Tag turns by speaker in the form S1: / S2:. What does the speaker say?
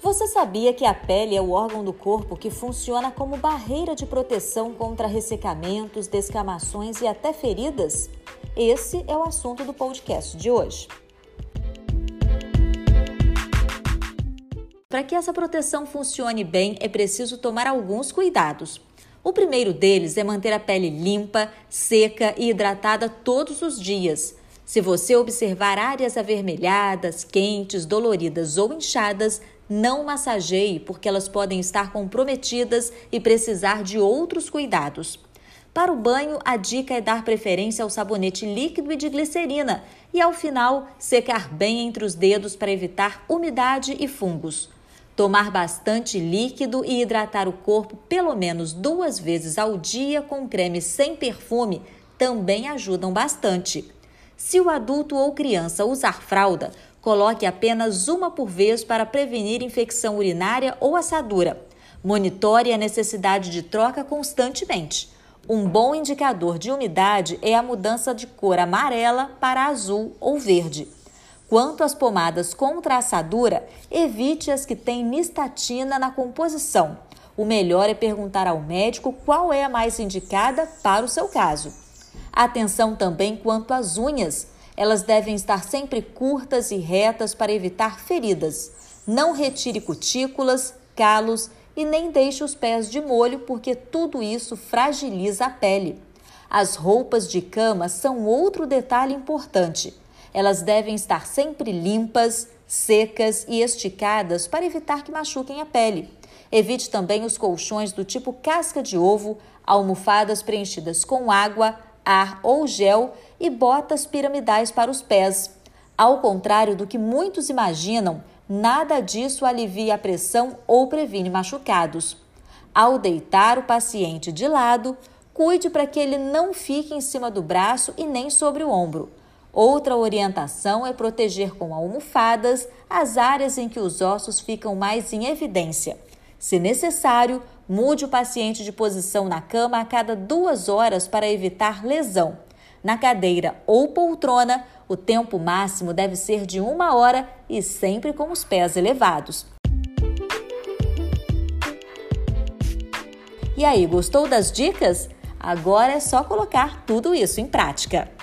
S1: Você sabia que a pele é o órgão do corpo que funciona como barreira de proteção contra ressecamentos, descamações e até feridas? Esse é o assunto do podcast de hoje. Para que essa proteção funcione bem, é preciso tomar alguns cuidados. O primeiro deles é manter a pele limpa, seca e hidratada todos os dias. Se você observar áreas avermelhadas, quentes, doloridas ou inchadas, não massageie, porque elas podem estar comprometidas e precisar de outros cuidados. Para o banho, a dica é dar preferência ao sabonete líquido e de glicerina e, ao final, secar bem entre os dedos para evitar umidade e fungos. Tomar bastante líquido e hidratar o corpo pelo menos 2 vezes ao dia com creme sem perfume também ajudam bastante. Se o adulto ou criança usar fralda, coloque apenas uma por vez para prevenir infecção urinária ou assadura. Monitore a necessidade de troca constantemente. Um bom indicador de umidade é a mudança de cor amarela para azul ou verde. Quanto às pomadas contra a assadura, evite as que têm nistatina na composição. O melhor é perguntar ao médico qual é a mais indicada para o seu caso. Atenção também quanto às unhas. Elas devem estar sempre curtas e retas para evitar feridas. Não retire cutículas, calos e nem deixe os pés de molho, porque tudo isso fragiliza a pele. As roupas de cama são outro detalhe importante. Elas devem estar sempre limpas, secas e esticadas para evitar que machuquem a pele. Evite também os colchões do tipo casca de ovo, almofadas preenchidas com água, ar ou gel e botas piramidais para os pés. Ao contrário do que muitos imaginam, nada disso alivia a pressão ou previne machucados. Ao deitar o paciente de lado, cuide para que ele não fique em cima do braço e nem sobre o ombro. Outra orientação é proteger com almofadas as áreas em que os ossos ficam mais em evidência. Se necessário, mude o paciente de posição na cama a cada 2 horas para evitar lesão. Na cadeira ou poltrona, o tempo máximo deve ser de 1 hora e sempre com os pés elevados. E aí, gostou das dicas? Agora é só colocar tudo isso em prática.